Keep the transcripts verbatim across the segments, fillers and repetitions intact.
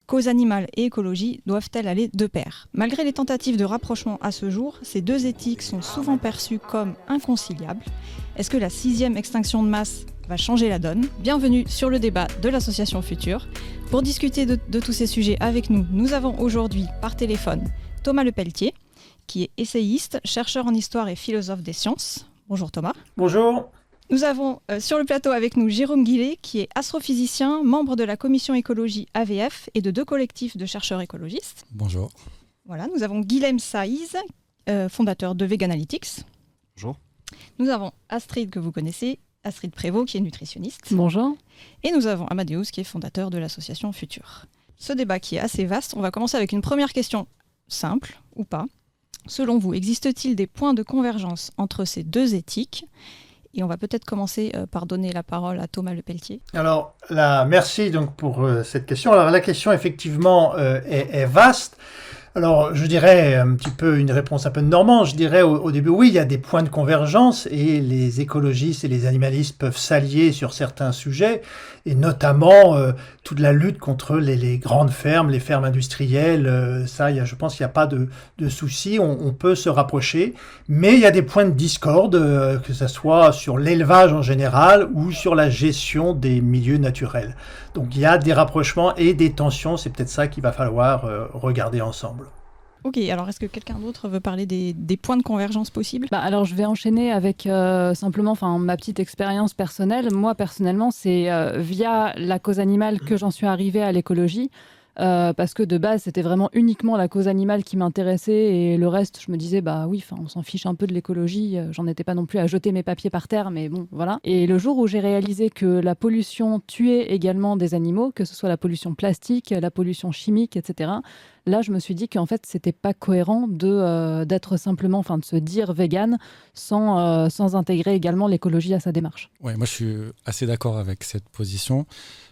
cause animale et écologie doivent-elles aller de pair ? Malgré les tentatives de rapprochement à ce jour, ces deux éthiques sont souvent perçues comme inconciliables. Est-ce que la sixième extinction de masse va changer la donne ? Bienvenue sur le débat de l'association Futur. Pour discuter de, de tous ces sujets avec nous, nous avons aujourd'hui par téléphone Thomas Lepelletier, qui est essayiste, chercheur en histoire et philosophe des sciences. Bonjour Thomas. Bonjour. Nous avons euh, sur le plateau avec nous Jérôme Guillet, qui est astrophysicien, membre de la commission écologie A V F et de deux collectifs de chercheurs écologistes. Bonjour. Voilà, nous avons Guilhem Saïz, euh, fondateur de Vegalytics. Bonjour. Nous avons Astrid, que vous connaissez, Astrid Prévost, qui est nutritionniste. Bonjour. Et nous avons Amadeus, qui est fondateur de l'association Futur. Ce débat qui est assez vaste, on va commencer avec une première question simple, ou pas. Selon vous, existe-t-il des points de convergence entre ces deux éthiques ? Et on va peut-être commencer euh, par donner la parole à Thomas Lepelletier. Alors, la, merci donc pour euh, cette question. Alors, la question, effectivement, euh, est, est vaste. Alors, je dirais un petit peu une réponse un peu de Normand. Je dirais au, au début, oui, il y a des points de convergence et les écologistes et les animalistes peuvent s'allier sur certains sujets, et notamment euh, toute la lutte contre les, les grandes fermes, les fermes industrielles. Euh, ça, il y a, je pense qu'il n'y a pas de, de souci. On, on peut se rapprocher, mais il y a des points de discorde, euh, que ce soit sur l'élevage en général ou sur la gestion des milieux naturels. Donc, il y a des rapprochements et des tensions. C'est peut-être ça qu'il va falloir euh, regarder ensemble. Ok, alors est-ce que quelqu'un d'autre veut parler des, des points de convergence possibles ? Bah, alors je vais enchaîner avec euh, simplement ma petite expérience personnelle. Moi personnellement, c'est euh, via la cause animale que j'en suis arrivée à l'écologie. Euh, parce que de base, c'était vraiment uniquement la cause animale qui m'intéressait et le reste, je me disais, bah oui, on s'en fiche un peu de l'écologie. J'en étais pas non plus à jeter mes papiers par terre, mais bon, voilà. Et le jour où j'ai réalisé que la pollution tuait également des animaux, que ce soit la pollution plastique, la pollution chimique, et cetera, là, je me suis dit qu'en fait, c'était pas cohérent de, euh, d'être simplement, enfin, de se dire vegan sans, euh, sans intégrer également l'écologie à sa démarche. Ouais, moi, je suis assez d'accord avec cette position.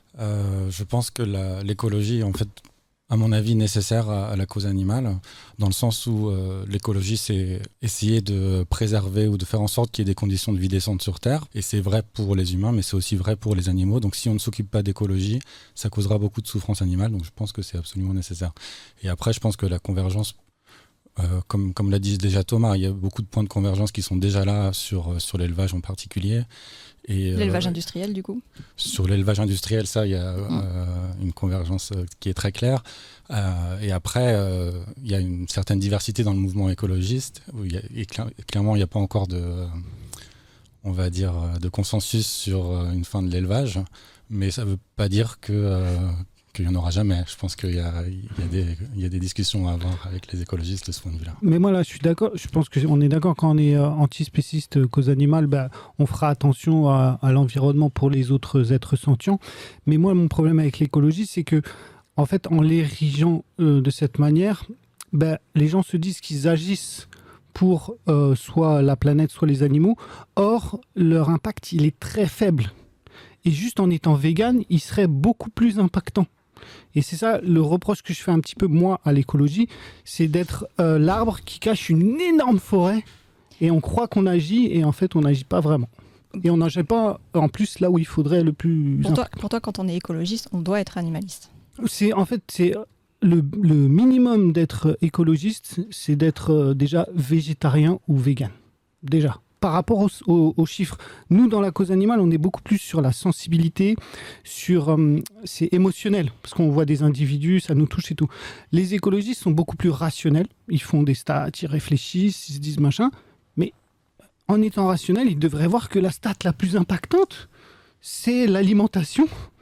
Euh, je pense que la, l'écologie est en fait, à mon avis, nécessaire à, à la cause animale, dans le sens où euh, l'écologie, c'est essayer de préserver ou de faire en sorte qu'il y ait des conditions de vie décentes sur Terre. Et c'est vrai pour les humains, mais c'est aussi vrai pour les animaux. Donc si on ne s'occupe pas d'écologie, ça causera beaucoup de souffrance animale. Donc je pense que c'est absolument nécessaire. Et après, je pense que la convergence, euh, comme, comme l'a dit déjà Thomas, il y a beaucoup de points de convergence qui sont déjà là sur, sur l'élevage en particulier. Et, l'élevage euh, industriel, du coup ? Sur l'élevage industriel, ça, il y a mmh. euh, une convergence qui est très claire. Euh, et après, euh, il y a une certaine diversité dans le mouvement écologiste. Où il y a, et cl- clairement, il n'y a pas encore de, on va dire, de consensus sur une fin de l'élevage. Mais ça ne veut pas dire que... Euh, qu'il n'y en aura jamais. Je pense qu'il y a, il y a des, il y a des discussions à avoir avec les écologistes de ce point de vue-là. Mais moi, là, je suis d'accord. Je pense qu'on est d'accord quand on est euh, antispéciste cause animale, bah, on fera attention à, à l'environnement pour les autres êtres sentients. Mais moi, mon problème avec l'écologie, c'est que, en fait, en l'érigeant euh, de cette manière, bah, les gens se disent qu'ils agissent pour euh, soit la planète, soit les animaux. Or, leur impact, il est très faible. Et juste en étant vegan, il serait beaucoup plus impactant. Et c'est ça le reproche que je fais un petit peu, moi, à l'écologie, c'est d'être euh, l'arbre qui cache une énorme forêt et on croit qu'on agit et en fait, on n'agit pas vraiment. Et on n'agit pas, en plus, là où il faudrait le plus... Pour toi, pour toi, quand on est écologiste, on doit être animaliste. C'est, en fait, c'est le, le minimum d'être écologiste, c'est d'être euh, déjà végétarien ou vegan. Déjà. Par rapport aux, aux, aux chiffres, nous, dans la cause animale, on est beaucoup plus sur la sensibilité, sur euh, c'est émotionnel, parce qu'on voit des individus, ça nous touche et tout. Les écologistes sont beaucoup plus rationnels, ils font des stats, ils réfléchissent, ils se disent machin, mais en étant rationnels, ils devraient voir que la stat la plus impactante, c'est l'alimentation,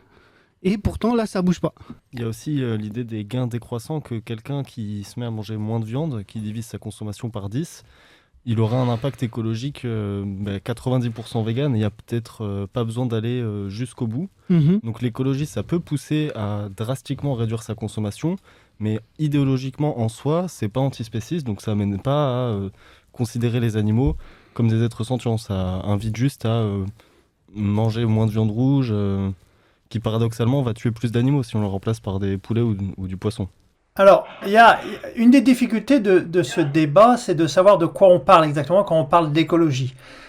et pourtant, là, ça bouge pas. Il y a aussi euh, l'idée des gains décroissants, que quelqu'un qui se met à manger moins de viande, qui divise sa consommation par dix, il aura un impact écologique euh, bah, quatre-vingt-dix pour cent vegan et il n'y a peut-être euh, pas besoin d'aller euh, jusqu'au bout. Mmh. Donc l'écologie, ça peut pousser à drastiquement réduire sa consommation, mais idéologiquement en soi, c'est pas antispéciste, donc ça n'amène pas à euh, considérer les animaux comme des êtres sentients. Ça invite juste à euh, manger moins de viande rouge, euh, qui paradoxalement va tuer plus d'animaux si on le remplace par des poulets ou, ou du poisson. Alors, il y a une des difficultés de, de ce débat, c'est de savoir de quoi on parle exactement quand on parle d'écologie.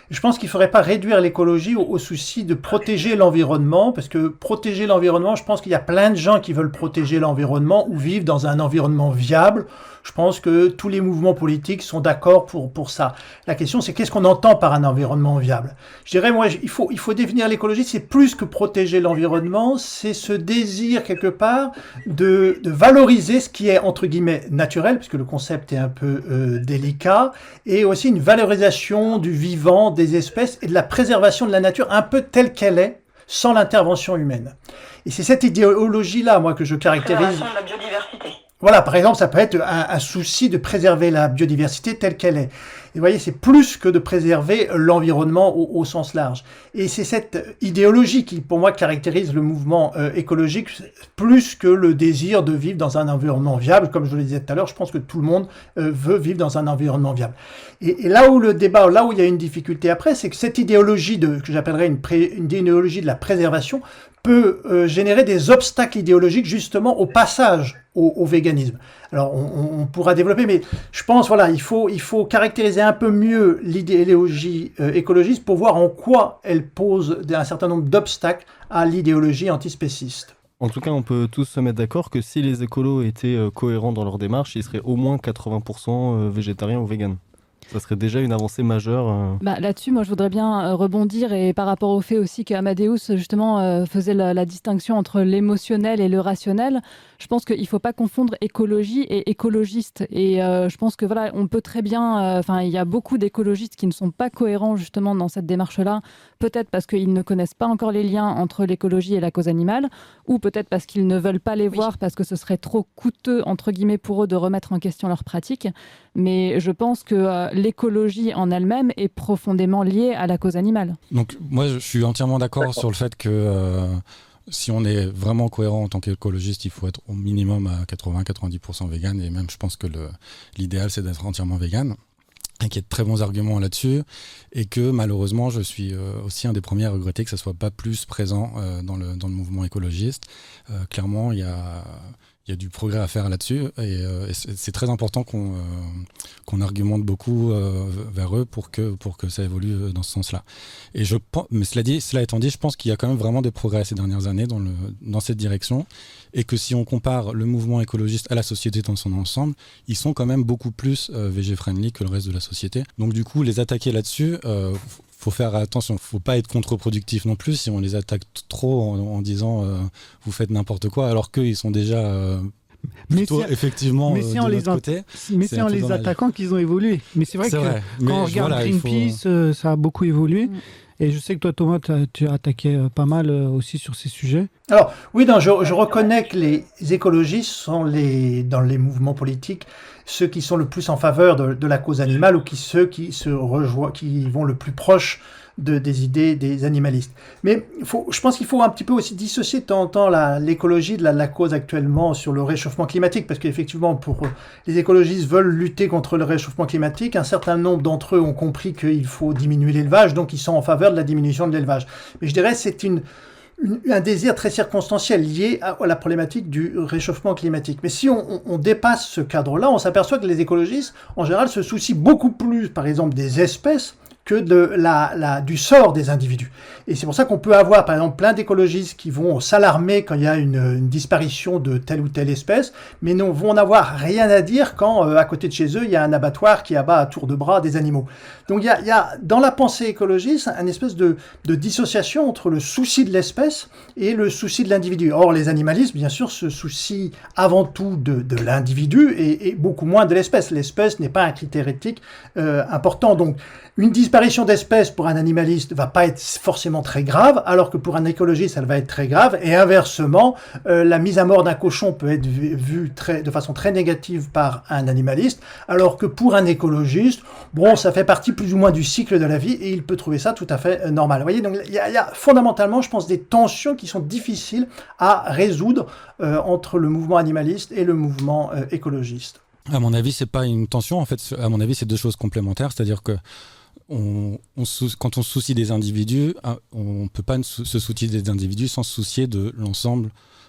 Je pense qu'il ne faudrait pas réduire l'écologie au, au souci de protéger l'environnement, parce que protéger l'environnement, je pense qu'il y a plein de gens qui veulent protéger l'environnement ou vivre dans un environnement viable. Je pense que tous les mouvements politiques sont d'accord pour, pour ça. La question, c'est qu'est-ce qu'on entend par un environnement viable? Je dirais, moi, il faut, il faut définir l'écologie, c'est plus que protéger l'environnement, c'est ce désir, quelque part, de, de valoriser ce qui est, entre guillemets, naturel, puisque le concept est un peu euh, délicat, et aussi une valorisation du vivant, des espèces, et de la préservation de la nature, un peu telle qu'elle est, sans l'intervention humaine. Et c'est cette idéologie-là, moi, que je caractérise. Préservation de la biodiversité. Voilà, par exemple, ça peut être un, un souci de préserver la biodiversité telle qu'elle est. Et vous voyez, c'est plus que de préserver l'environnement au, au sens large. Et c'est cette idéologie qui, pour moi, caractérise le mouvement euh, écologique, plus que le désir de vivre dans un environnement viable. Comme je le disais tout à l'heure, je pense que tout le monde euh, veut vivre dans un environnement viable. Et, et là où le débat, là où il y a une difficulté après, c'est que cette idéologie de, que j'appellerais une, pré, une idéologie de la préservation, peut euh, générer des obstacles idéologiques justement au passage au, au véganisme. Alors on, on pourra développer, mais je pense voilà, il faut, il faut caractériser un peu mieux l'idéologie euh, écologiste pour voir en quoi elle pose un certain nombre d'obstacles à l'idéologie antispéciste. En tout cas, on peut tous se mettre d'accord que si les écolos étaient euh, cohérents dans leur démarche, ils seraient au moins quatre-vingts pour cent végétariens ou véganes. Ça serait déjà une avancée majeure. Euh... Bah, là-dessus, moi, je voudrais bien euh, rebondir et par rapport au fait aussi qu'Amadeus, justement, euh, faisait la, la distinction entre l'émotionnel et le rationnel. Je pense qu'il ne faut pas confondre écologie et écologiste. Et euh, je pense que voilà, on peut très bien... Enfin, euh, il y a beaucoup d'écologistes qui ne sont pas cohérents, justement, dans cette démarche-là. Peut-être parce qu'ils ne connaissent pas encore les liens entre l'écologie et la cause animale, ou peut-être parce qu'ils ne veulent pas les oui. voir, parce que ce serait trop coûteux, entre guillemets, pour eux de remettre en question leurs pratiques. Mais je pense que euh, l'écologie en elle-même est profondément liée à la cause animale. Donc moi, je suis entièrement d'accord, d'accord. sur le fait que euh, si on est vraiment cohérent en tant qu'écologiste, il faut être au minimum à quatre-vingts à quatre-vingt-dix pour cent vegan, et même je pense que le, l'idéal, c'est d'être entièrement vegan. Et qu'il y ait de très bons arguments là-dessus, et que malheureusement, je suis euh, aussi un des premiers à regretter que ça ne soit pas plus présent euh, dans, le, dans le mouvement écologiste. Euh, clairement, il y a... Il y a du progrès à faire là-dessus, et, euh, et c'est, c'est très important qu'on, euh, qu'on argumente beaucoup euh, vers eux pour que, pour que ça évolue dans ce sens-là. Et je pense, mais cela dit, cela étant dit, je pense qu'il y a quand même vraiment des progrès ces dernières années dans, le, dans cette direction, et que si on compare le mouvement écologiste à la société dans son ensemble, ils sont quand même beaucoup plus euh, végé-friendly que le reste de la société. Donc du coup, les attaquer là-dessus... Euh, faut faire attention, il ne faut pas être contre-productif non plus si on les attaque trop en, en disant euh, vous faites n'importe quoi, alors qu'ils sont déjà euh, plutôt mais si, effectivement mais si euh, de les notre a... côté. Mais c'est, c'est en les dommage. attaquant qu'ils ont évolué. Mais c'est vrai c'est que vrai. quand mais on regarde voilà, Greenpeace, faut... euh, ça a beaucoup évolué. Mm. Et je sais que toi, Thomas, tu as attaqué pas mal aussi sur ces sujets. Alors, oui, non, je, je reconnais que les écologistes sont, les, dans les mouvements politiques, ceux qui sont le plus en faveur de, de la cause animale, ou qui, ceux qui, se rejoignent, qui vont le plus proche de, des idées des animalistes. Mais faut, je pense qu'il faut un petit peu aussi dissocier de temps en temps la, l'écologie de la, la cause actuellement sur le réchauffement climatique, parce qu'effectivement, pour les écologistes veulent lutter contre le réchauffement climatique. Un certain nombre d'entre eux ont compris qu'il faut diminuer l'élevage, donc ils sont en faveur de la diminution de l'élevage. Mais je dirais que c'est une Une, un désir très circonstanciel lié à, à la problématique du réchauffement climatique. Mais si on, on, on dépasse ce cadre-là, on s'aperçoit que les écologistes, en général, se soucient beaucoup plus, par exemple, des espèces que de la, la, du sort des individus. Et c'est pour ça qu'on peut avoir, par exemple, plein d'écologistes qui vont s'alarmer quand il y a une, une disparition de telle ou telle espèce, mais ne vont n'avoir rien à dire quand, euh, à côté de chez eux, il y a un abattoir qui abat à tour de bras des animaux. Donc il y a, il y a dans la pensée écologiste, une espèce de, de dissociation entre le souci de l'espèce et le souci de l'individu. Or, les animalistes, bien sûr, se soucient avant tout de, de l'individu et, et beaucoup moins de l'espèce. L'espèce n'est pas un critère éthique euh, important. Donc, une disparition d'espèces pour un animaliste va pas être forcément très grave, alors que pour un écologiste, elle va être très grave. Et inversement, euh, la mise à mort d'un cochon peut être vue très, de façon très négative par un animaliste, alors que pour un écologiste, bon, ça fait partie plus ou moins du cycle de la vie et il peut trouver ça tout à fait euh, normal. Vous voyez, donc il y, y a fondamentalement, je pense, des tensions qui sont difficiles à résoudre euh, entre le mouvement animaliste et le mouvement euh, écologiste. À mon avis, c'est pas une tension. En fait, à mon avis, c'est deux choses complémentaires. C'est-à-dire que On, on sou, quand on se soucie des individus, on ne peut pas se soucier des individus sans se soucier de l'ensemble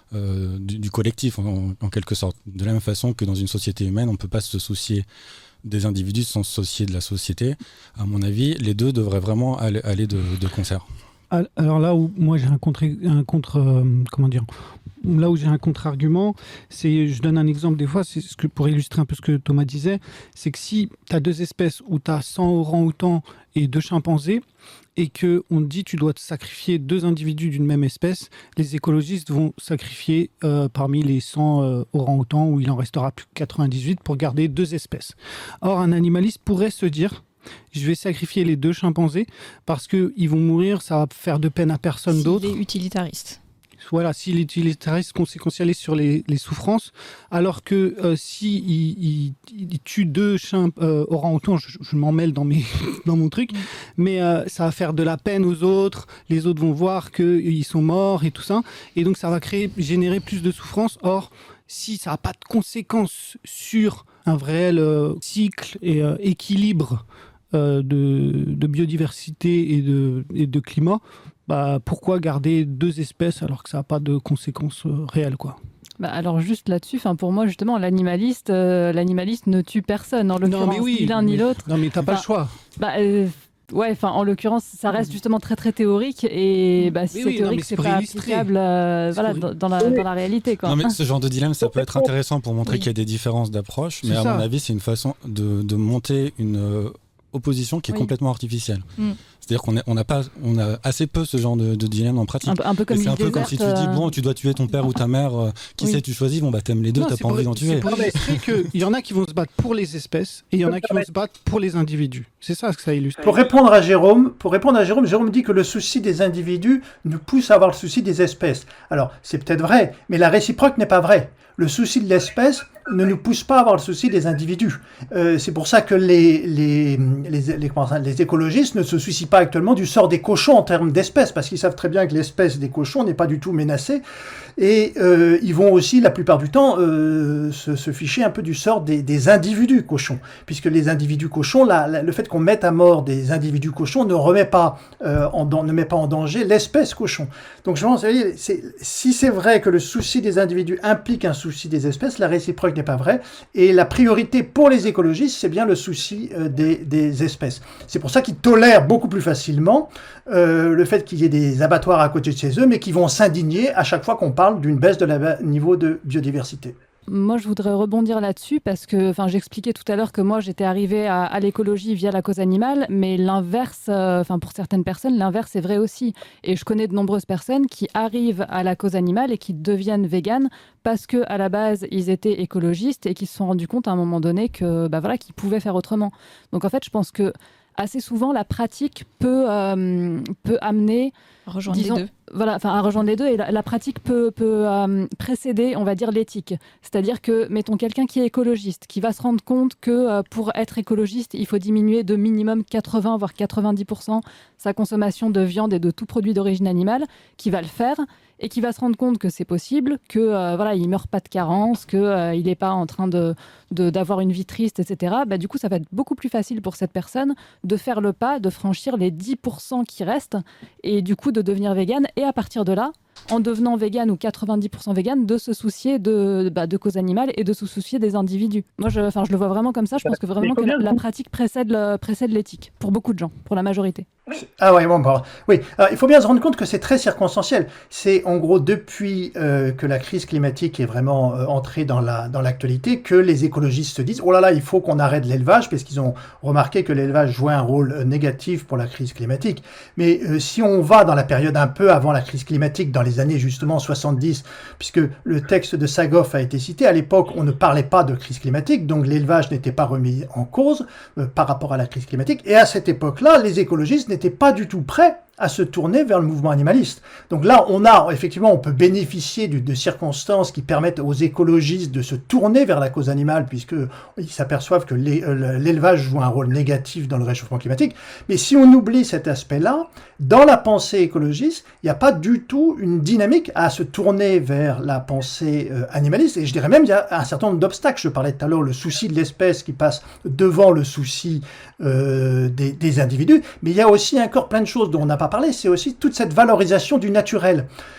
euh, du, du collectif, en, en quelque sorte. De la même façon que dans une société humaine, on ne peut pas se soucier des individus sans se soucier de la société. À mon avis, les deux devraient vraiment aller, aller de, de concert. Alors là où moi j'ai un contre, un contre euh, comment dire, là où j'ai un contre-argument, c'est, je donne un exemple des fois, c'est ce que, pour illustrer un peu ce que Thomas disait, c'est que si tu as deux espèces où tu as cent orang-outans et deux chimpanzés, et qu'on te dit tu dois te sacrifier deux individus d'une même espèce, les écologistes vont sacrifier euh, parmi les cent euh, orang-outans, où il en restera plus que quatre-vingt-dix-huit pour garder deux espèces. Or, un animaliste pourrait se dire, je vais sacrifier les deux chimpanzés parce qu'ils vont mourir, ça va faire de peine à personne S'il d'autre. est utilitariste. Voilà, s'il est utilitariste, conséquentialise sur les, les souffrances, alors que euh, si il, il, il tue deux chiens euh, orang-outans, je, je m'en mêle dans, mes, dans mon truc, mais euh, ça va faire de la peine aux autres, les autres vont voir qu'ils sont morts et tout ça, et donc ça va créer, générer plus de souffrance. Or, si ça n'a pas de conséquences sur un vrai euh, cycle et euh, équilibre euh, de, de biodiversité et de, et de climat, bah, pourquoi garder deux espèces alors que ça n'a pas de conséquences euh, réelles, quoi. Bah alors juste là-dessus, pour moi justement, l'animaliste, euh, l'animaliste ne tue personne, en l'occurrence, oui, ni l'un mais, ni l'autre. Non mais t'as pas Enfin, le choix. Bah, euh, ouais, enfin en l'occurrence, ça reste justement très très théorique et bah, si Oui, c'est oui, non, théorique, mais c'est c'est pas pour illustrer. applicable euh, voilà, pour- dans, dans la, dans la réalité, quoi. Non, mais ce genre de dilemme, ça peut être intéressant pour montrer Oui. qu'il y a des différences d'approche, mais C'est à ça. mon avis, c'est une façon de, de monter une euh, opposition qui est Oui. complètement artificielle. Mm. C'est-à-dire qu'on a, on a, pas, on a assez peu ce genre de, de dilemme en pratique. Un, peu- un peu comme Et c'est l'île un peu comme déserte, si tu dis, euh, bon, tu dois tuer ton père ou ta mère, euh, qui Oui. sait, tu choisis, bon, bah t'aimes les deux, Non, t'as c'est pas pour- envie d'en c'est tuer. pour illustrer qu'il y en a qui vont se battre pour les espèces et il y en a qui vont se battre pour les individus. C'est ça ce que ça illustre. Pour répondre à Jérôme, pour répondre à Jérôme, Jérôme dit que le souci des individus nous pousse à avoir le souci des espèces. Alors, c'est peut-être vrai, mais la réciproque n'est pas vraie. Le souci de l'espèce ne nous pousse pas à avoir le souci des individus. Euh, c'est pour ça que les, les, les, les, comment ça, les écologistes ne se soucient pas actuellement du sort des cochons en termes d'espèces, parce qu'ils savent très bien que l'espèce des cochons n'est pas du tout menacée. Et euh, ils vont aussi, la plupart du temps, euh, se, se ficher un peu du sort des, des individus cochons. Puisque les individus cochons, la, la, le fait qu'on mette à mort des individus cochons ne remet pas, euh, en, ne met pas en danger l'espèce cochon. Donc je pense, c'est, si c'est vrai que le souci des individus implique un souci des espèces, la réciproque n'est pas vraie. Et la priorité pour les écologistes, c'est bien le souci euh, des, des espèces. C'est pour ça qu'ils tolèrent beaucoup plus facilement euh, le fait qu'il y ait des abattoirs à côté de chez eux, mais qui vont s'indigner à chaque fois qu'on parle d'une baisse de la niveau de biodiversité. Moi, je voudrais rebondir là-dessus parce que, enfin, j'expliquais tout à l'heure que moi, j'étais arrivée à, à l'écologie via la cause animale, mais l'inverse, euh, enfin, pour certaines personnes, l'inverse est vrai aussi. Et je connais de nombreuses personnes qui arrivent à la cause animale et qui deviennent véganes parce que à la base, ils étaient écologistes et qui se sont rendus compte à un moment donné que, bah voilà, qu'ils pouvaient faire autrement. Donc, en fait, je pense que assez souvent, la pratique peut, euh, peut amener, Rejoindre disons, les deux. voilà, enfin, à rejoindre les deux. Et la, la pratique peut, peut euh, précéder, on va dire, l'éthique. C'est-à-dire que, mettons, quelqu'un qui est écologiste, qui va se rendre compte que euh, pour être écologiste, il faut diminuer de minimum quatre-vingts voire quatre-vingt-dix pour cent sa consommation de viande et de tout produit d'origine animale, qui va le faire et qui va se rendre compte que c'est possible, que euh, voilà, il meurt pas de carence, que euh, il n'est pas en train de, de d'avoir une vie triste, et cetera. Bah, du coup, ça va être beaucoup plus facile pour cette personne de faire le pas, de franchir les dix pour cent qui restent, et du coup de devenir végane. Et à partir de là, en devenant végane ou quatre-vingt-dix pour cent végane, de se soucier de, bah, de cause animale et de se soucier des individus. Moi, je, je le vois vraiment comme ça. Je pense que vraiment que la, la pratique précède, le, précède l'éthique, pour beaucoup de gens, pour la majorité. Ah ouais, bon, bon, oui. Alors, il faut bien se rendre compte que c'est très circonstanciel. C'est en gros depuis euh, que la crise climatique est vraiment euh, entrée dans la dans l'actualité que les écologistes se disent oh là là, il faut qu'on arrête l'élevage parce qu'ils ont remarqué que l'élevage jouait un rôle euh, négatif pour la crise climatique. Mais euh, si on va dans la période un peu avant la crise climatique, dans les années justement soixante-dix, puisque le texte de Sagoff a été cité, à l'époque on ne parlait pas de crise climatique, donc l'élevage n'était pas remis en cause euh, par rapport à la crise climatique. Et à cette époque-là, les écologistes n'étaient pas du tout prêts à se tourner vers le mouvement animaliste. Donc là, on a, effectivement, on peut bénéficier de, de circonstances qui permettent aux écologistes de se tourner vers la cause animale, puisqu'ils s'aperçoivent que l'élevage joue un rôle négatif dans le réchauffement climatique. Mais si on oublie cet aspect-là, dans la pensée écologiste, il n'y a pas du tout une dynamique à se tourner vers la pensée euh, animaliste. Et je dirais même, il y a un certain nombre d'obstacles. Je parlais tout à l'heure, le souci de l'espèce qui passe devant le souci euh, des, des individus. Mais il y a aussi encore plein de choses dont on n'a pas parlé, c'est aussi toute cette valorisation du naturel.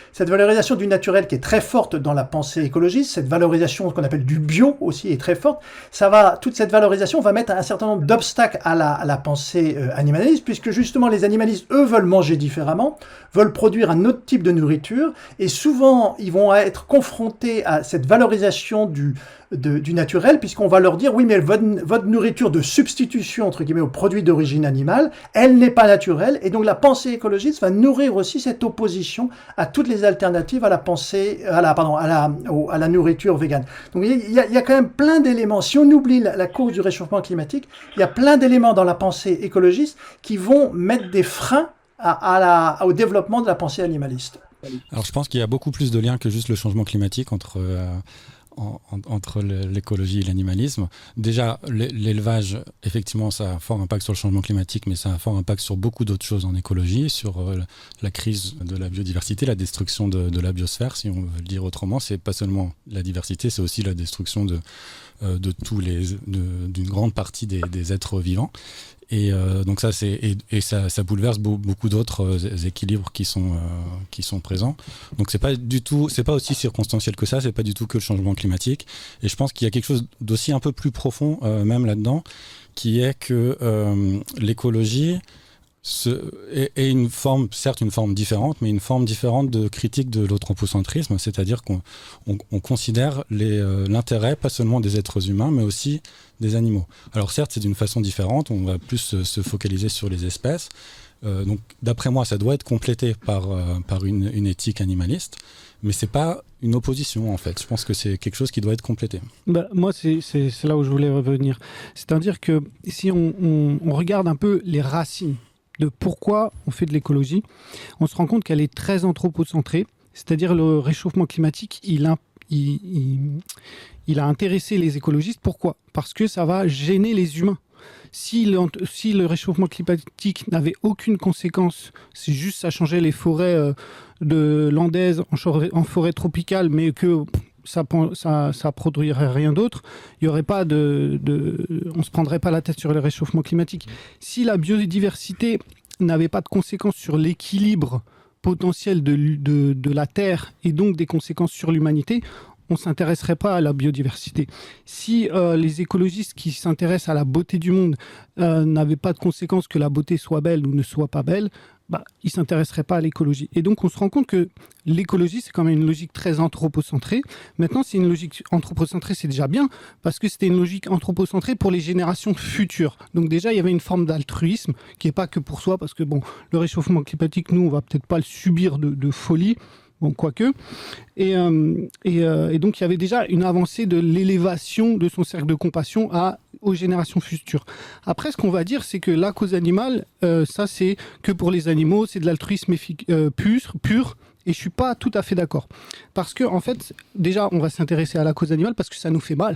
cette valorisation du naturel qui est très forte dans la pensée écologiste, cette valorisation qu'on appelle du bio aussi est très forte, ça va, toute cette valorisation va mettre un certain nombre d'obstacles à la, à la pensée euh, animaliste, puisque justement les animalistes, eux, veulent manger différemment, veulent produire un autre type de nourriture, et souvent ils vont être confrontés à cette valorisation du, de, du naturel, puisqu'on va leur dire, oui, mais votre, votre nourriture de substitution, entre guillemets, aux produits d'origine animale, elle n'est pas naturelle, et donc la pensée écologiste va nourrir aussi cette opposition à toutes les alternatives à la pensée, à la, pardon, à la, à la nourriture végane. Donc il y, a, il y a quand même plein d'éléments, si on oublie la, la cause du réchauffement climatique, il y a plein d'éléments dans la pensée écologiste qui vont mettre des freins à, à la, au développement de la pensée animaliste. Alors je pense qu'il y a beaucoup plus de liens que juste le changement climatique entre, euh, en, en, entre l'écologie et l'animalisme. Déjà, l'élevage, effectivement, ça a un fort impact sur le changement climatique, mais ça a un fort impact sur beaucoup d'autres choses en écologie, sur euh, la crise de la biodiversité, la destruction de, de la biosphère, si on veut le dire autrement. C'est pas seulement la diversité, c'est aussi la destruction de, euh, de tous les, d'une grande partie des, des êtres vivants. Et euh, donc ça, c'est et, et ça, ça bouleverse beau, beaucoup d'autres euh, équilibres qui sont euh, qui sont présents. Donc c'est pas du tout, c'est pas aussi circonstanciel que ça. C'est pas du tout que le changement climatique. Et je pense qu'il y a quelque chose d'aussi un peu plus profond euh, même là-dedans, qui est que euh, l'écologie Ce, est, est une forme, certes une forme différente, mais une forme différente de critique de l'anthropocentrisme, c'est-à-dire qu'on on, on considère les, euh, l'intérêt pas seulement des êtres humains, mais aussi des animaux. Alors certes, c'est d'une façon différente, on va plus se, se focaliser sur les espèces. Euh, donc d'après moi, ça doit être complété par, euh, par une, une éthique animaliste, mais c'est pas une opposition en fait. Je pense que c'est quelque chose qui doit être complété. Bah, moi, c'est, c'est, c'est là où je voulais revenir. C'est-à-dire que si on, on, on regarde un peu les racines de pourquoi on fait de l'écologie, on se rend compte qu'elle est très anthropocentrée, c'est-à-dire le réchauffement climatique, il a, il, il, il a intéressé les écologistes. Pourquoi ? Parce que ça va gêner les humains. Si le, si le réchauffement climatique n'avait aucune conséquence, c'est juste ça changeait les forêts euh, de landaises en, en forêt tropicale, mais que ça ça ça produirait rien d'autre, il y aurait pas de, de on se prendrait pas la tête sur le réchauffement climatique. Si la biodiversité n'avait pas de conséquences sur l'équilibre potentiel de, de, de la Terre et donc des conséquences sur l'humanité, on ne s'intéresserait pas à la biodiversité. Si euh, les écologistes qui s'intéressent à la beauté du monde euh, n'avaient pas de conséquences que la beauté soit belle ou ne soit pas belle, bah, ils ne s'intéresseraient pas à l'écologie. Et donc on se rend compte que l'écologie, c'est quand même une logique très anthropocentrée. Maintenant, c'est une logique anthropocentrée, c'est déjà bien, parce que c'était une logique anthropocentrée pour les générations futures. Donc déjà, il y avait une forme d'altruisme qui n'est pas que pour soi, parce que bon, le réchauffement climatique, nous, on ne va peut-être pas le subir de, de folie, bon, quoique. Et, euh, et, euh, et donc, il y avait déjà une avancée de l'élévation de son cercle de compassion à, aux générations futures. Après, ce qu'on va dire, c'est que la cause animale, euh, ça, c'est que pour les animaux, c'est de l'altruisme effic- euh, pur, pur, et je ne suis pas tout à fait d'accord. Parce que, en fait, déjà, on va s'intéresser à la cause animale parce que ça nous fait mal.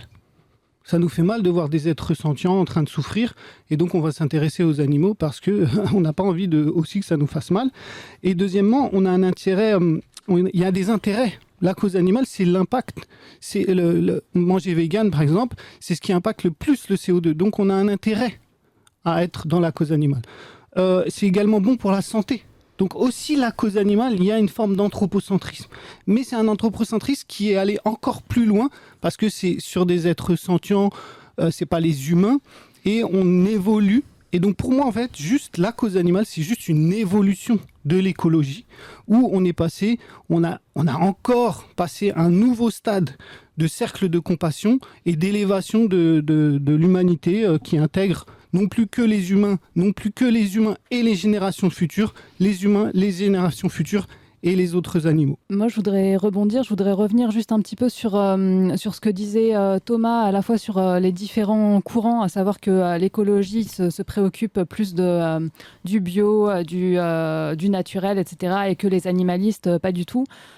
Ça nous fait mal de voir des êtres sentients en train de souffrir, et donc on va s'intéresser aux animaux parce qu'on n'a pas envie de, aussi que ça nous fasse mal. Et deuxièmement, on a un intérêt... Euh, il y a des intérêts. La cause animale, c'est l'impact. C'est le, le, manger vegan, par exemple, c'est ce qui impacte le plus le C O deux. Donc, on a un intérêt à être dans la cause animale. Euh, c'est également bon pour la santé. Donc, aussi, la cause animale, il y a une forme d'anthropocentrisme. Mais c'est un anthropocentrisme qui est allé encore plus loin parce que c'est sur des êtres sentients, euh, c'est pas les humains, et on évolue. Et donc, pour moi, en fait, juste la cause animale, c'est juste une évolution de l'écologie où on est passé, on a, on a encore passé un nouveau stade de cercle de compassion et d'élévation de, de, de l'humanité euh, qui intègre non plus que les humains, non plus que les humains et les générations futures, les humains, les générations futures et les autres animaux. Moi, je voudrais rebondir, je voudrais revenir juste un petit peu sur, euh, sur ce que disait euh, Thomas, à la fois sur euh, les différents courants, à savoir que euh, l'écologie se, se préoccupe plus de, euh, du bio, du, euh, du naturel, et cetera, et que les animalistes, euh, pas du tout.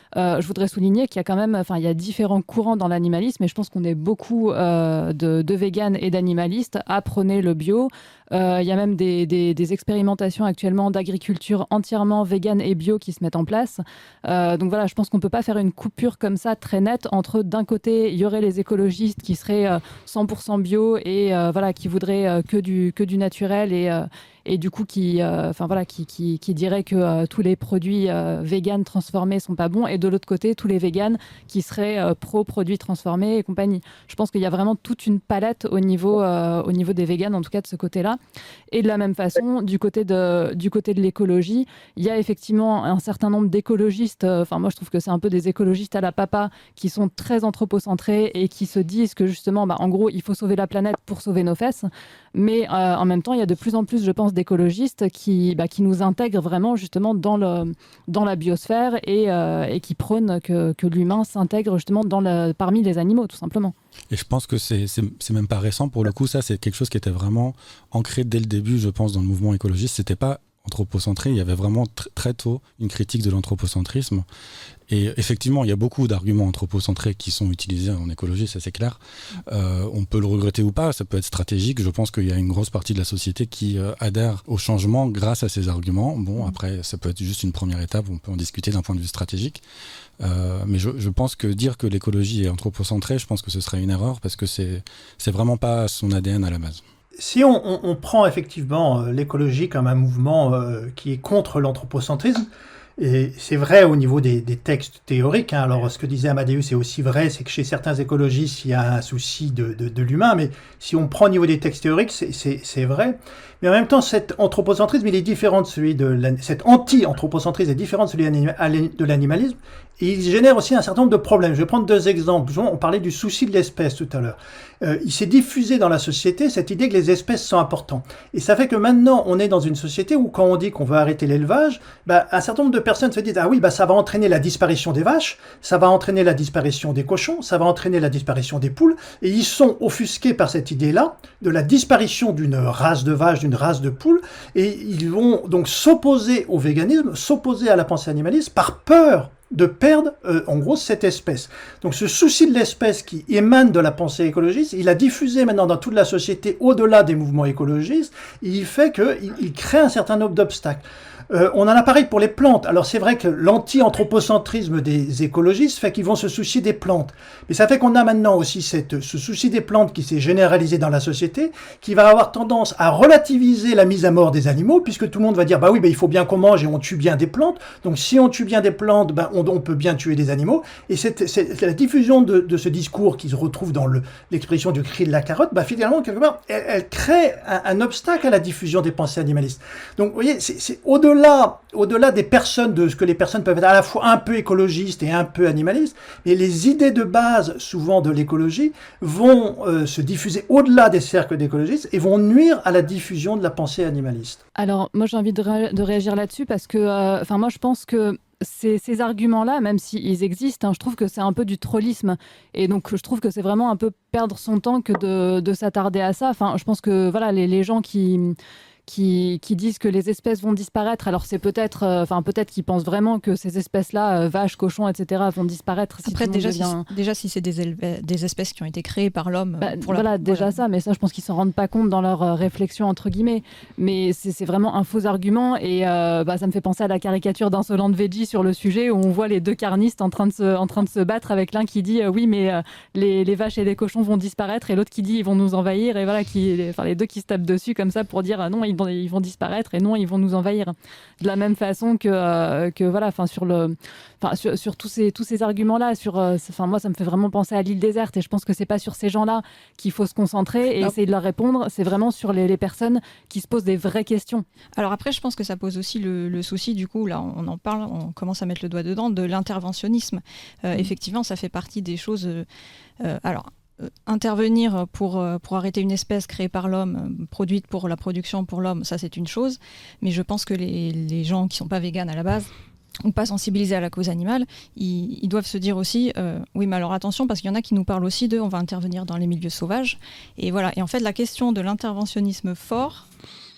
Euh, je voudrais souligner qu'il y a quand même, enfin, il y a différents courants dans l'animalisme, et je pense qu'on est beaucoup euh, de, de véganes et d'animalistes à prôner le bio. Euh, il y a même des, des, des expérimentations actuellement d'agriculture entièrement végane et bio qui se mettent en place. Euh, donc voilà, je pense qu'on ne peut pas faire une coupure comme ça très nette entre, d'un côté, il y aurait les écologistes qui seraient euh, cent pour cent bio et euh, voilà, qui voudraient euh, que, du, que du naturel et, euh, et du coup qui, euh, enfin, voilà, qui, qui, qui diraient que euh, tous les produits euh, véganes transformés sont pas bons, et de l'autre côté, tous les véganes qui seraient euh, pro-produits transformés et compagnie. Je pense qu'il y a vraiment toute une palette au niveau, euh, au niveau des véganes, en tout cas de ce côté-là. Et de la même façon, du côté de, du côté de l'écologie, il y a effectivement un certain nombre d'écologistes, enfin euh, moi je trouve que c'est un peu des écologistes à la papa, qui sont très anthropocentrés et qui se disent que justement, bah, en gros, il faut sauver la planète pour sauver nos fesses. Mais euh, en même temps, il y a de plus en plus, je pense, d'écologistes qui, bah, qui nous intègrent vraiment justement dans, le, dans la biosphère et, euh, et qui prônent que, que l'humain s'intègre justement dans le, parmi les animaux, tout simplement. Et je pense que c'est, c'est, c'est même pas récent pour le coup, ça c'est quelque chose qui était vraiment ancré dès le début, je pense, dans le mouvement écologiste. C'était pas anthropocentré, il y avait vraiment tr- très tôt une critique de l'anthropocentrisme. Et effectivement, il y a beaucoup d'arguments anthropocentrés qui sont utilisés en écologie, ça c'est clair. Euh, on peut le regretter ou pas, ça peut être stratégique. Je pense qu'il y a une grosse partie de la société qui euh, adhère au changement grâce à ces arguments. Bon, après, ça peut être juste une première étape, on peut en discuter d'un point de vue stratégique. Euh, mais je, je pense que dire que l'écologie est anthropocentrée, je pense que ce serait une erreur parce que c'est, c'est vraiment pas son A D N à la base. Si on, on, on prend effectivement euh, l'écologie comme un mouvement euh, qui est contre l'anthropocentrisme, et c'est vrai au niveau des, des textes théoriques, hein. Alors ce que disait Amadeus est aussi vrai, c'est que chez certains écologistes, il y a un souci de, de, de l'humain, mais si on prend au niveau des textes théoriques, c'est, c'est, c'est vrai. Mais en même temps, cet anthropocentrisme, il est différent de celui de l'an... cet anti-anthropocentrisme est différent de celui de l'animalisme, et il génère aussi un certain nombre de problèmes. Je vais prendre deux exemples. On parlait du souci de l'espèce tout à l'heure. Euh, il s'est diffusé dans la société cette idée que les espèces sont importantes. Et ça fait que maintenant, on est dans une société où quand on dit qu'on veut arrêter l'élevage, bah, un certain nombre de personnes se disent « Ah oui, bah, ça va entraîner la disparition des vaches, ça va entraîner la disparition des cochons, ça va entraîner la disparition des poules. » Et ils sont offusqués par cette idée-là de la disparition d'une race de vaches, d'une race de poules, et ils vont donc s'opposer au véganisme, s'opposer à la pensée animaliste par peur de perdre, euh, en gros, cette espèce. Donc ce souci de l'espèce qui émane de la pensée écologiste, il a diffusé maintenant dans toute la société, au-delà des mouvements écologistes, et il fait qu'il il crée un certain nombre d'obstacles. Euh, on en a pareil pour les plantes. Alors c'est vrai que l'anti-anthropocentrisme des écologistes fait qu'ils vont se soucier des plantes. Mais ça fait qu'on a maintenant aussi cette, ce souci des plantes qui s'est généralisé dans la société, qui va avoir tendance à relativiser la mise à mort des animaux, puisque tout le monde va dire, bah oui, bah, il faut bien qu'on mange et on tue bien des plantes. Donc si on tue bien des plantes, bah, on, on peut bien tuer des animaux. Et c'est, c'est, c'est la diffusion de, de ce discours qui se retrouve dans le, l'expression du cri de la carotte, bah finalement, quelque part, elle, elle crée un, un obstacle à la diffusion des pensées animalistes. Donc vous voyez, c'est, c'est au-delà Au-delà, au-delà des personnes, de ce que les personnes peuvent être à la fois un peu écologistes et un peu animalistes, mais les idées de base, souvent de l'écologie, vont euh, se diffuser au-delà des cercles d'écologistes et vont nuire à la diffusion de la pensée animaliste. Alors, moi, j'ai envie de, ré- de réagir là-dessus parce que, enfin, euh, moi, je pense que Ces, ces arguments-là, même s'ils existent, hein, je trouve que c'est un peu du trollisme. Et donc, je trouve que c'est vraiment un peu perdre son temps que de, de s'attarder à ça. Enfin, je pense que voilà, les, les gens qui... Qui, qui disent que les espèces vont disparaître. Alors c'est peut-être, enfin euh, peut-être qu'ils pensent vraiment que ces espèces-là, euh, vaches, cochons, et cetera, vont disparaître. Si Après, déjà, devient... si, déjà, si c'est des, éleve... des espèces qui ont été créées par l'homme. Bah, pour voilà, la... déjà voilà. Ça, mais ça, je pense qu'ils s'en rendent pas compte dans leur euh, réflexion entre guillemets. Mais c'est, c'est vraiment un faux argument et euh, bah, ça me fait penser à la caricature d'Insolent Veggie sur le sujet où on voit les deux carnistes en train de se, en train de se battre avec l'un qui dit euh, oui, mais euh, les, les vaches et les cochons vont disparaître et l'autre qui dit ils vont nous envahir et voilà, qui, les, enfin les deux qui se tapent dessus comme ça pour dire euh, non, ils vont, ils vont disparaître. Et non, ils vont nous envahir. De la même façon que, euh, que voilà, enfin sur le, enfin sur, sur tous ces tous ces arguments-là, sur, enfin euh, moi ça me fait vraiment penser à l'île déserte et je pense que c'est pas sur ces gens-là qu'il faut se concentrer et non. essayer de leur répondre. C'est vraiment sur les, les personnes qui se posent des vraies questions. Alors après, je pense que ça pose aussi le, le souci du coup, là on en parle, on commence à mettre le doigt dedans, de l'interventionnisme. Euh, mmh. Effectivement, ça fait partie des choses. Euh, euh, alors. Euh, intervenir pour, euh, pour arrêter une espèce créée par l'homme, euh, produite pour la production pour l'homme, ça c'est une chose, mais je pense que les, les gens qui ne sont pas véganes à la base ou pas sensibilisés à la cause animale, ils, ils doivent se dire aussi, euh, oui mais alors attention, parce qu'il y en a qui nous parlent aussi de, on va intervenir dans les milieux sauvages, et voilà, et en fait la question de l'interventionnisme fort,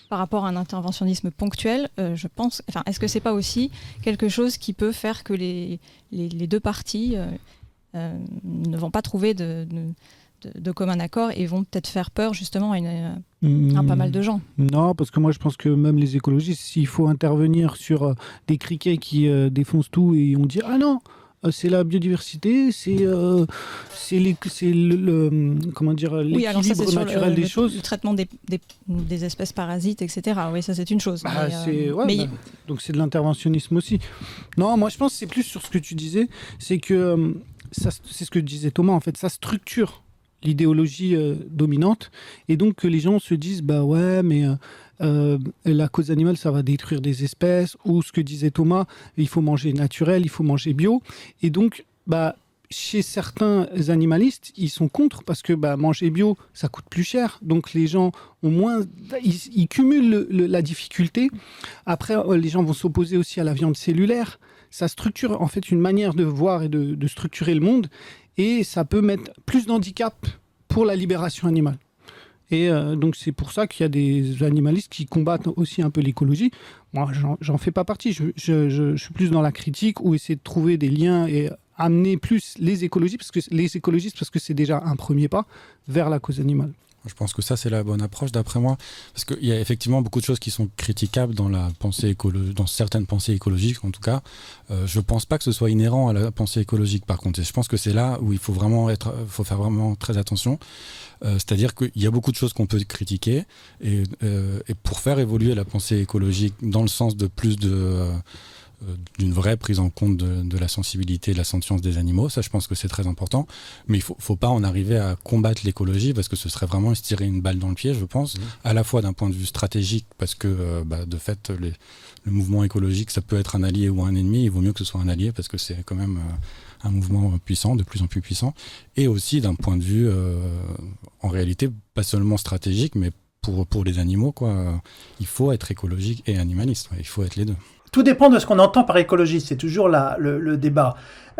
par rapport à un interventionnisme ponctuel, euh, je pense, enfin, est-ce que c'est pas aussi quelque chose qui peut faire que les, les, les deux parties euh, euh, ne vont pas trouver de, de, de, de commun accord et vont peut-être faire peur justement à, une, mmh. à pas mal de gens? Non, parce que moi je pense que même les écologistes, s'il faut intervenir sur euh, des criquets qui euh, défoncent tout et on dit ah non, c'est la biodiversité, c'est euh, c'est les, c'est le, le comment dire l'équilibre oui, alors ça, c'est naturel le, des le, choses. Le traitement des, des, des espèces parasites, et cetera. Oui, ça c'est une chose. Bah, mais, c'est, euh, ouais, mais... bah, donc c'est de l'interventionnisme aussi. Non, moi je pense que c'est plus sur ce que tu disais, c'est que euh, ça, c'est ce que disait Thomas en fait, ça structure l'idéologie euh, dominante et donc que les gens se disent bah ouais mais euh, Euh, la cause animale, ça va détruire des espèces, ou ce que disait Thomas, il faut manger naturel, il faut manger bio. Et donc, bah, chez certains animalistes, ils sont contre parce que bah, manger bio, ça coûte plus cher. Donc les gens ont moins, ils, ils cumulent le, le, la difficulté. Après, les gens vont s'opposer aussi à la viande cellulaire. Ça structure en fait une manière de voir et de, de structurer le monde, et ça peut mettre plus d'handicap pour la libération animale. Et euh, donc c'est pour ça qu'il y a des animalistes qui combattent aussi un peu l'écologie. Moi, j'en, j'en fais pas partie. Je, je, je, je suis plus dans la critique ou essayer de trouver des liens et amener plus les écologistes, parce que les écologistes, parce que c'est déjà un premier pas vers la cause animale. Je pense que ça, c'est la bonne approche, d'après moi. Parce qu'il y a effectivement beaucoup de choses qui sont critiquables dans, la pensée écolo- dans certaines pensées écologiques, en tout cas. Euh, je ne pense pas que ce soit inhérent à la pensée écologique, par contre. Et je pense que c'est là où il faut, vraiment être, faut faire vraiment très attention. Euh, c'est-à-dire qu'il y a beaucoup de choses qu'on peut critiquer. Et, euh, et pour faire évoluer la pensée écologique dans le sens de plus de... Euh, d'une vraie prise en compte de, de la sensibilité, de la sentience des animaux, ça je pense que c'est très important, mais il faut, faut pas en arriver à combattre l'écologie parce que ce serait vraiment se tirer une balle dans le pied, je pense, mmh. à la fois d'un point de vue stratégique parce que euh, bah, de fait les, le mouvement écologique ça peut être un allié ou un ennemi, il vaut mieux que ce soit un allié parce que c'est quand même euh, un mouvement puissant, de plus en plus puissant, et aussi d'un point de vue euh, en réalité pas seulement stratégique mais pour, pour les animaux quoi. Il faut être écologique et animaliste, il faut être les deux. Tout dépend de ce qu'on entend par écologie, c'est toujours la, le, le débat.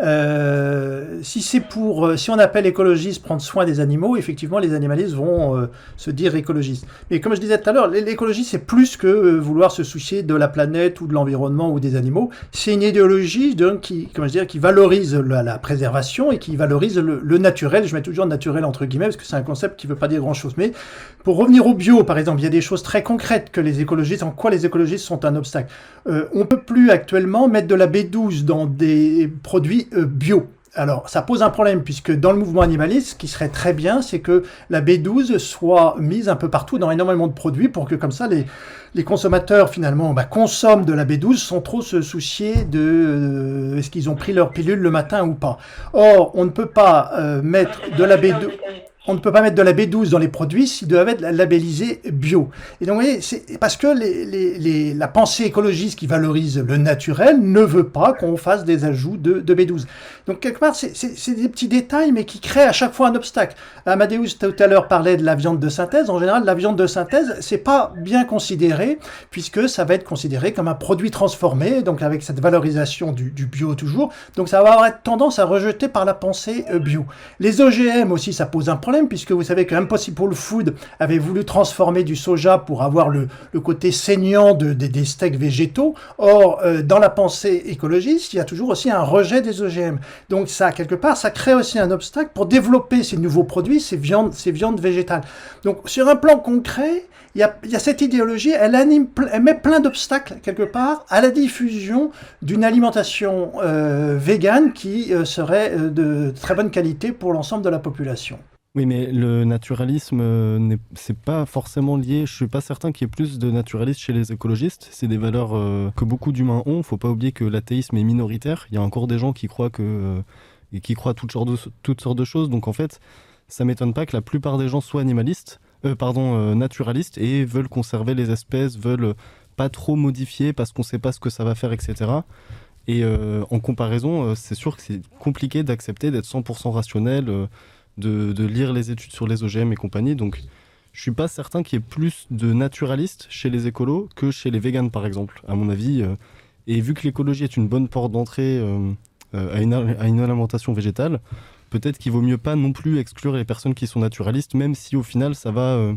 Euh, si c'est pour, si on appelle écologiste prendre soin des animaux, effectivement les animalistes vont euh, se dire écologistes. Mais comme je disais tout à l'heure, l'écologie c'est plus que euh, vouloir se soucier de la planète ou de l'environnement ou des animaux. C'est une idéologie donc, qui, comment je dirais, qui valorise la, la préservation et qui valorise le, le naturel. Je mets toujours naturel entre guillemets parce que c'est un concept qui ne veut pas dire grand chose. Mais pour revenir au bio, par exemple, il y a des choses très concrètes que les écologistes, en quoi les écologistes sont un obstacle. Euh, on ne peut plus actuellement mettre de la B douze dans des produits Euh, bio. Alors, ça pose un problème, puisque dans le mouvement animaliste, ce qui serait très bien, c'est que la B douze soit mise un peu partout dans énormément de produits, pour que comme ça, les, les consommateurs, finalement, bah, consomment de la B douze sans trop se soucier de euh, est-ce qu'ils ont pris leur pilule le matin ou pas. Or, on ne peut pas euh, mettre de la B douze... On ne peut pas mettre de la B douze dans les produits s'ils doivent être labellisés bio. Et donc, vous voyez, c'est parce que les, les, les, la pensée écologiste qui valorise le naturel ne veut pas qu'on fasse des ajouts de, de B douze. Donc, quelque part, c'est, c'est, c'est des petits détails, mais qui créent à chaque fois un obstacle. Amadeus, tout à l'heure, parlait de la viande de synthèse. En général, la viande de synthèse, c'est pas bien considéré, puisque ça va être considéré comme un produit transformé, donc avec cette valorisation du, du bio toujours. Donc, ça va avoir tendance à rejeter par la pensée bio. Les O G M aussi, ça pose un problème, puisque vous savez que Impossible Food avait voulu transformer du soja pour avoir le, le côté saignant de, de, des steaks végétaux. Or, euh, dans la pensée écologiste, il y a toujours aussi un rejet des O G M. Donc ça, quelque part, ça crée aussi un obstacle pour développer ces nouveaux produits, ces viandes, ces viandes végétales. Donc, sur un plan concret, il y a, il y a cette idéologie, elle, anime, elle met plein d'obstacles, quelque part, à la diffusion d'une alimentation euh, végane qui euh, serait euh, de très bonne qualité pour l'ensemble de la population. Oui, mais le naturalisme, euh, n'est, c'est pas forcément lié. Je suis pas certain qu'il y ait plus de naturalistes chez les écologistes. C'est des valeurs euh, que beaucoup d'humains ont. Faut pas oublier que l'athéisme est minoritaire. Il y a encore des gens qui croient que euh, et qui croient toutes sortes de toutes sortes de choses. Donc en fait, ça m'étonne pas que la plupart des gens soient animalistes, euh, pardon, euh, naturalistes et veulent conserver les espèces, veulent pas trop modifier parce qu'on sait pas ce que ça va faire, et cetera. Et euh, en comparaison, euh, c'est sûr que c'est compliqué d'accepter d'être cent pour cent rationnel. Euh, De, de lire les études sur les O G M et compagnie, donc je suis pas certain qu'il y ait plus de naturalistes chez les écolos que chez les véganes par exemple, à mon avis, euh, et vu que l'écologie est une bonne porte d'entrée euh, euh, à, une, à une alimentation végétale, peut-être qu'il vaut mieux pas non plus exclure les personnes qui sont naturalistes, même si au final ça va euh,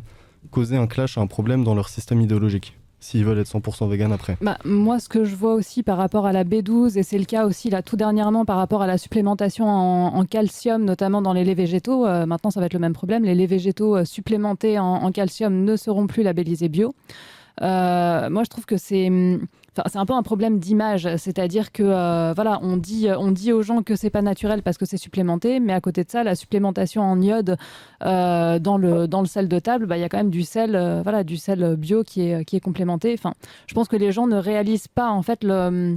causer un clash, un problème dans leur système idéologique, s'ils veulent être cent pour cent vegan après. Bah, moi, ce que je vois aussi par rapport à la B douze, et c'est le cas aussi là tout dernièrement par rapport à la supplémentation en, en calcium, notamment dans les laits végétaux, euh, maintenant ça va être le même problème, les laits végétaux euh, supplémentés en, en calcium ne seront plus labellisés bio. Euh, moi, je trouve que c'est... Enfin, c'est un peu un problème d'image, c'est-à-dire que euh, voilà, on dit, on dit aux gens que c'est pas naturel parce que c'est supplémenté, mais à côté de ça, la supplémentation en iode euh, dans le dans le sel de table, bah, il y a quand même du sel, euh, voilà, du sel bio qui est qui est complémenté. Enfin, je pense que les gens ne réalisent pas en fait le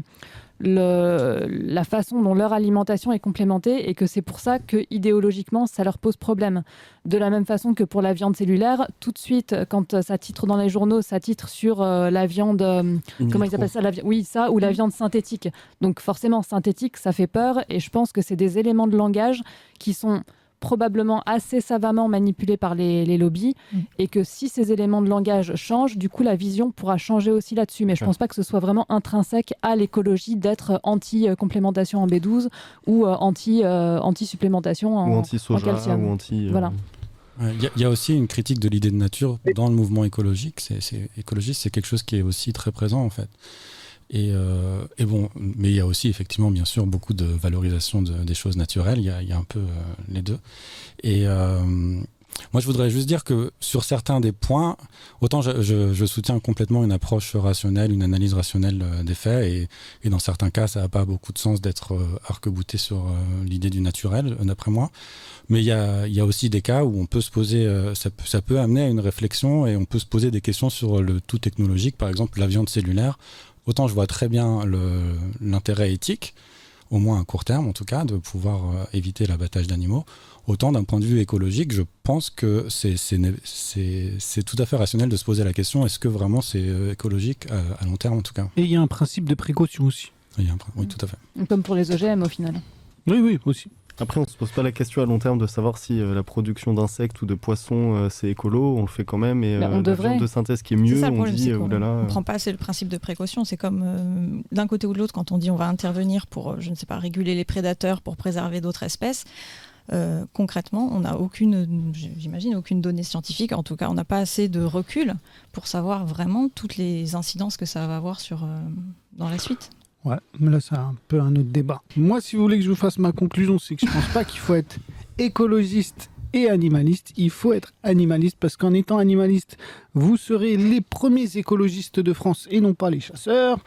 Le, la façon dont leur alimentation est complémentée et que c'est pour ça que idéologiquement ça leur pose problème. De la même façon que pour la viande cellulaire, tout de suite quand ça titre dans les journaux, ça titre sur euh, la viande, euh, comment ils appellent ça, la vi- oui ça ou la viande synthétique. Donc forcément synthétique, ça fait peur et je pense que c'est des éléments de langage qui sont probablement assez savamment manipulés par les, les lobbies mmh. et que si ces éléments de langage changent, du coup la vision pourra changer aussi là-dessus. Mais je ne pense pas que ce soit vraiment intrinsèque à l'écologie d'être anti-complémentation en B douze ou euh, anti, euh, anti-supplémentation en, ou anti-soja, en calcium. Ou anti, euh... Voilà. Il y, y a aussi une critique de l'idée de nature dans le mouvement écologique. C'est, c'est, écologiste, c'est quelque chose qui est aussi très présent en fait. Et, euh, et bon, mais il y a aussi effectivement, bien sûr, beaucoup de valorisation de, des choses naturelles. Il y a, il y a un peu euh, les deux. Et euh, moi, je voudrais juste dire que sur certains des points, autant je, je, je soutiens complètement une approche rationnelle, une analyse rationnelle euh, des faits, et, et dans certains cas, ça n'a pas beaucoup de sens d'être euh, arc-bouté sur euh, l'idée du naturel, euh, d'après moi. Mais il y a, il y a aussi des cas où on peut se poser, euh, ça, peut, ça peut amener à une réflexion et on peut se poser des questions sur le tout technologique, par exemple la viande cellulaire. Autant je vois très bien le, l'intérêt éthique, au moins à court terme en tout cas, de pouvoir euh, éviter l'abattage d'animaux. Autant d'un point de vue écologique, je pense que c'est, c'est, c'est, c'est tout à fait rationnel de se poser la question, est-ce que vraiment c'est euh, écologique à, à long terme en tout cas ? Et il y a un principe de précaution aussi. Il y a un, oui, tout à fait. Comme pour les O G M au final. Oui, oui, aussi. Après, on ne se pose pas la question à long terme de savoir si euh, la production d'insectes ou de poissons, euh, c'est écolo. On le fait quand même. Et euh, on la viande de synthèse qui est mieux, c'est ça, le on problème, dit... c'est Euh, qu'on oulala, ne euh... prend pas assez le principe de précaution. C'est comme euh, d'un côté ou de l'autre, quand on dit on va intervenir pour, euh, je ne sais pas, réguler les prédateurs, pour préserver d'autres espèces. Euh, concrètement, on n'a aucune, j'imagine, aucune donnée scientifique. En tout cas, on n'a pas assez de recul pour savoir vraiment toutes les incidences que ça va avoir sur, euh, dans la suite. Ouais, mais là, c'est un peu un autre débat. Moi, si vous voulez que je vous fasse ma conclusion, c'est que je pense pas qu'il faut être écologiste et animaliste. Il faut être animaliste parce qu'en étant animaliste, vous serez les premiers écologistes de France et non pas les chasseurs.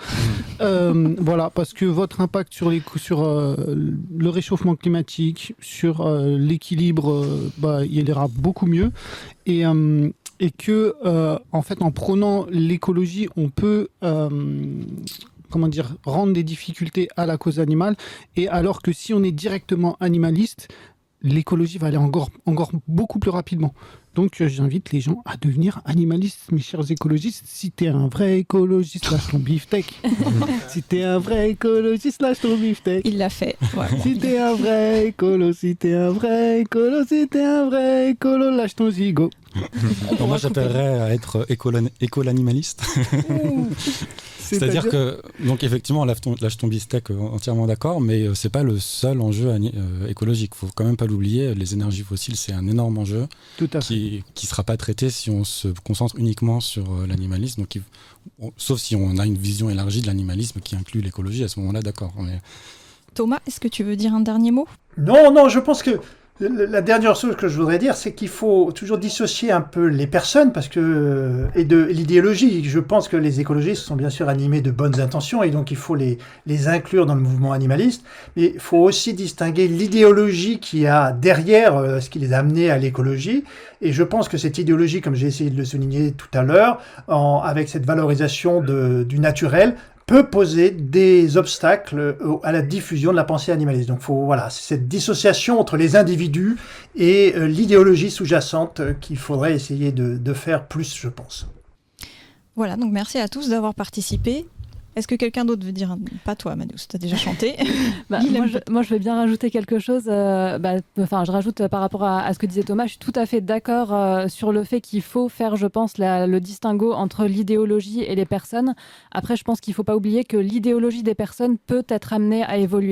euh, voilà, parce que votre impact sur, les, sur euh, le réchauffement climatique, sur euh, l'équilibre, euh, bah, il ira beaucoup mieux. Et... Euh, et que, euh, en fait, en prônant l'écologie, on peut... Euh, comment dire, rendre des difficultés à la cause animale, et alors que si on est directement animaliste, l'écologie va aller encore, encore beaucoup plus rapidement. Donc euh, j'invite les gens à devenir animalistes, mes chers écologistes. Si t'es un vrai écologiste, lâche ton beefsteak. Si t'es un vrai écologiste, lâche ton beefsteak. Il l'a fait. Ouais. Si t'es un vrai écolo, si t'es un vrai écolo, si t'es un vrai écolo, lâche ton zigot. Alors moi j'appellerais à être écolo- écolo-animaliste. C'est-à-dire, C'est-à-dire que, donc effectivement, lâche ton, lâche ton beefsteak, euh, entièrement d'accord, mais euh, c'est pas le seul enjeu euh, écologique. Faut quand même pas l'oublier, les énergies fossiles, c'est un énorme enjeu Tout à qui qui sera pas traité si on se concentre uniquement sur euh, l'animalisme. Donc, il, on, sauf si on a une vision élargie de l'animalisme qui inclut l'écologie, à ce moment-là, d'accord. Mais... Thomas, est-ce que tu veux dire un dernier mot ? Non, non, je pense que la dernière chose que je voudrais dire, c'est qu'il faut toujours dissocier un peu les personnes parce que, et de l'idéologie. Je pense que les écologistes sont bien sûr animés de bonnes intentions et donc il faut les, les inclure dans le mouvement animaliste. Mais il faut aussi distinguer l'idéologie qu'il y a derrière euh, ce qui les a amenés à l'écologie. Et je pense que cette idéologie, comme j'ai essayé de le souligner tout à l'heure, en, avec cette valorisation de, du naturel, peut poser des obstacles à la diffusion de la pensée animaliste. Donc, faut, voilà, c'est cette dissociation entre les individus et euh, l'idéologie sous-jacente euh, qu'il faudrait essayer de, de faire plus, je pense. Voilà, donc merci à tous d'avoir participé. Est-ce que quelqu'un d'autre veut dire un... Pas toi, Manu, tu as déjà chanté. bah, moi, je, moi, je vais bien rajouter quelque chose. Euh, bah, enfin, je rajoute euh, par rapport à, à ce que disait Thomas, je suis tout à fait d'accord euh, sur le fait qu'il faut faire, je pense, la, le distinguo entre l'idéologie et les personnes. Après, je pense qu'il ne faut pas oublier que l'idéologie des personnes peut être amenée à évoluer.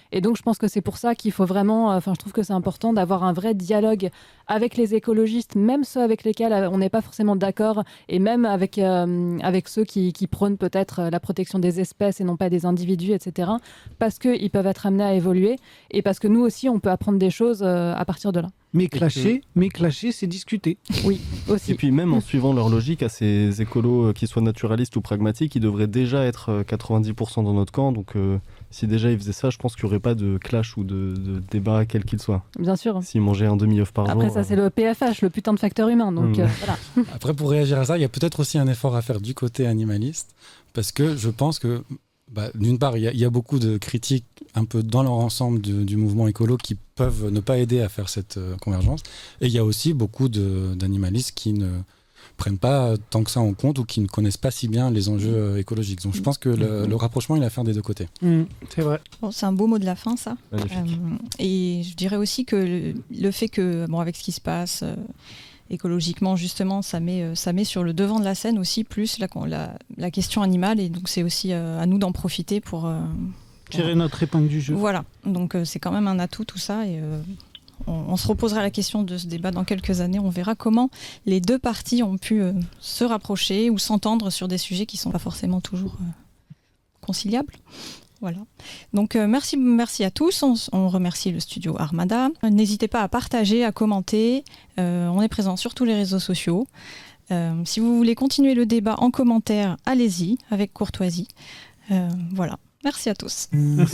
Et donc, je pense que c'est pour ça qu'il faut vraiment, enfin, je trouve que c'est important d'avoir un vrai dialogue avec les écologistes, même ceux avec lesquels on n'est pas forcément d'accord, et même avec, euh, avec ceux qui, qui prônent peut-être la protection des espèces et non pas des individus, et cetera. Parce qu'ils peuvent être amenés à évoluer et parce que nous aussi, on peut apprendre des choses euh, à partir de là. Mais clasher, mais clasher, c'est discuter. Oui, aussi. Et puis même en suivant leur logique à ces écolos, qu'ils soient naturalistes ou pragmatiques, ils devraient déjà être quatre-vingt-dix pour cent dans notre camp. Donc euh, si déjà ils faisaient ça, je pense qu'il n'y aurait pas de clash ou de, de débat quel qu'il soit. Bien sûr. S'ils mangeaient un demi-œuf par Après, jour. ça, c'est le P F H, le putain de facteur humain. Donc Mmh. euh, voilà. Après, pour réagir à ça, il y a peut-être aussi un effort à faire du côté animaliste, parce que je pense que, bah, d'une part, il y, y a beaucoup de critiques un peu dans leur ensemble de, du mouvement écolo qui peuvent ne pas aider à faire cette euh, convergence. Et il y a aussi beaucoup de, d'animalistes qui ne prennent pas tant que ça en compte ou qui ne connaissent pas si bien les enjeux euh, écologiques. Donc je pense que le, le rapprochement, il a à faire des deux côtés. Mmh, c'est vrai. Bon, c'est un beau mot de la fin, ça. Magnifique. Euh, et je dirais aussi que le, le fait que, bon, avec ce qui se passe euh, écologiquement, justement, ça met, euh, ça met sur le devant de la scène aussi plus la, la, la question animale. Et donc, c'est aussi euh, à nous d'en profiter pour... Euh, Tirer notre épingle du jeu. Voilà. Donc, euh, c'est quand même un atout, tout ça. Et euh, on, on se reposera la question de ce débat dans quelques années. On verra comment les deux parties ont pu euh, se rapprocher ou s'entendre sur des sujets qui ne sont pas forcément toujours euh, conciliables. Voilà. Donc euh, merci, merci à tous. On, on remercie le studio Armada. N'hésitez pas à partager, à commenter. Euh, on est présent sur tous les réseaux sociaux. Euh, si vous voulez continuer le débat en commentaire, allez-y, avec courtoisie. Euh, voilà. Merci à tous. Merci.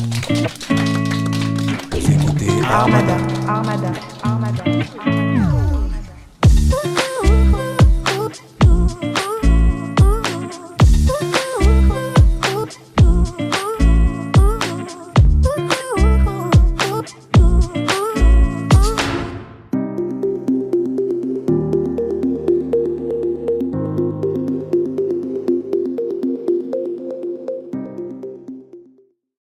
C'était Armada. Armada. Armada. Armada.